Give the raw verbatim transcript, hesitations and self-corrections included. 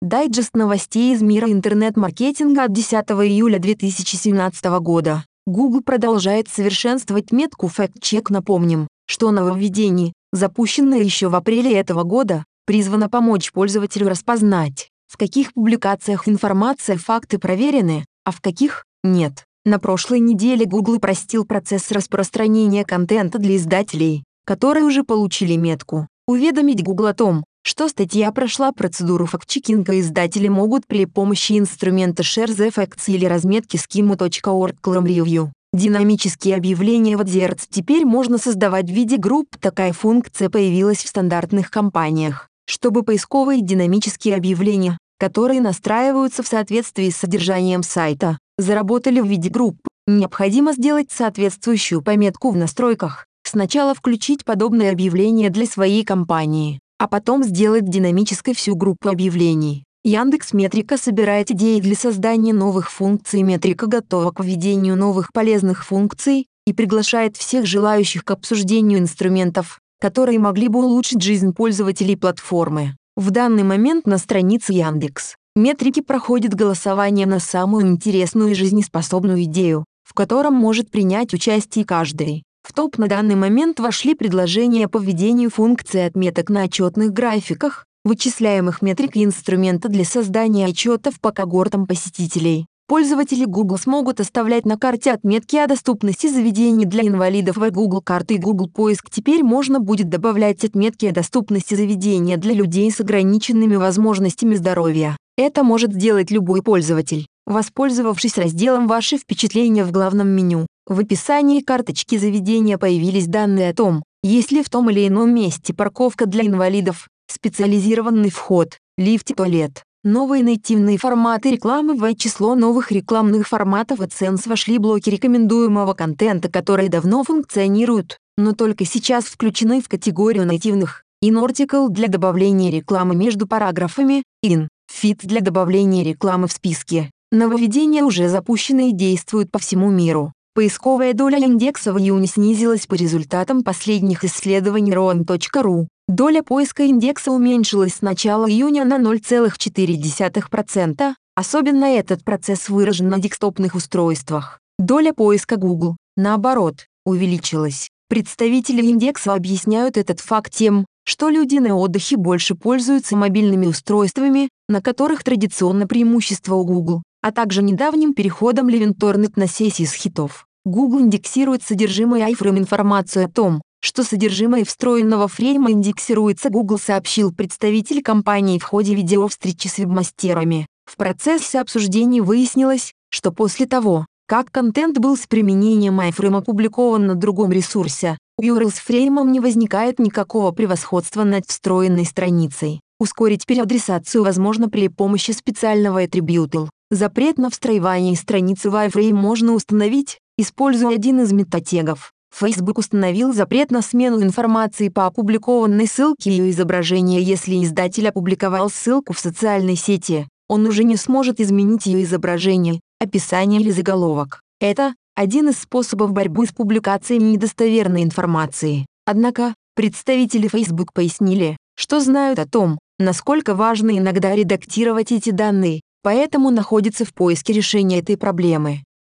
Дайджест новостей из мира интернет-маркетинга от десятого июля две тысячи семнадцатого года. Google продолжает совершенствовать метку «Факт-чек». Напомним, что нововведение, запущенное еще в апреле этого года, призвано помочь пользователю распознать, в каких публикациях информация факты проверены, а в каких – нет. На прошлой неделе Google упростил процесс распространения контента для издателей, которые уже получили метку. Уведомить Google о том, что статья прошла процедуру факт-чекинга, издатели могут при помощи инструмента Share the Facts или разметки schema точка org slash review. Динамические объявления в AdWords теперь можно создавать в виде групп. Такая функция появилась в стандартных кампаниях, чтобы поисковые динамические объявления, которые настраиваются в соответствии с содержанием сайта, заработали в виде групп. Необходимо сделать соответствующую пометку в настройках, сначала включить подобное объявление для своей компании, а потом сделать динамической всю группу объявлений. Яндекс.Метрика собирает идеи для создания новых функций. Метрика готова к введению новых полезных функций и приглашает всех желающих к обсуждению инструментов, которые могли бы улучшить жизнь пользователей платформы. В данный момент на странице Яндекс.Метрики проходит голосование на самую интересную и жизнеспособную идею, в котором может принять участие каждый. В топ на данный момент вошли предложения по введению функции отметок на отчетных графиках, вычисляемых метрик и инструмента для создания отчетов по когортам посетителей. Пользователи Google смогут оставлять на карте отметки о доступности заведений для инвалидов в Google карты и Google Поиск. Теперь можно будет добавлять отметки о доступности заведения для людей с ограниченными возможностями здоровья. Это может сделать любой пользователь, воспользовавшись разделом «Ваши впечатления» в главном меню. В описании карточки заведения появились данные о том, есть ли в том или ином месте парковка для инвалидов, специализированный вход, лифт и туалет. Новые нативные форматы рекламы. В число новых рекламных форматов AdSense вошли блоки рекомендуемого контента, которые давно функционируют, но только сейчас включены в категорию нативных. In-Article для добавления рекламы между параграфами, In-Feed для добавления рекламы в списке. Нововведения уже запущены и действуют по всему миру. Поисковая доля индекса в июне снизилась по результатам последних исследований роан точка ру. Доля поиска индекса уменьшилась с начала июня на ноль целых четыре десятых процента, особенно этот процесс выражен на десктопных устройствах. Доля поиска Google, наоборот, увеличилась. Представители индекса объясняют этот факт тем, что люди на отдыхе больше пользуются мобильными устройствами, на которых традиционно преимущество у Google, а также недавним переходом Leventornet на Сесис хитов. Google индексирует содержимое iFrame. Информацию о том, что содержимое встроенного фрейма индексируется, Google сообщил представитель компании в ходе видеовстречи с вебмастерами. В процессе обсуждений выяснилось, что после того, как контент был с применением iFrame опубликован на другом ресурсе, у ю ар эл с фреймом не возникает никакого превосходства над встроенной страницей. Ускорить переадресацию возможно при помощи специального attribute. Запрет на встроение страницы в iFrame можно установить, используя один из метатегов. Facebook установил запрет на смену информации по опубликованной ссылке и ее изображения. Если издатель опубликовал ссылку в социальной сети, он уже не сможет изменить ее изображение, описание или заголовок. Это один из способов борьбы с публикацией недостоверной информации. Однако, представители Facebook пояснили, что знают о том, насколько важно иногда редактировать эти данные, поэтому находятся в поиске решения этой проблемы.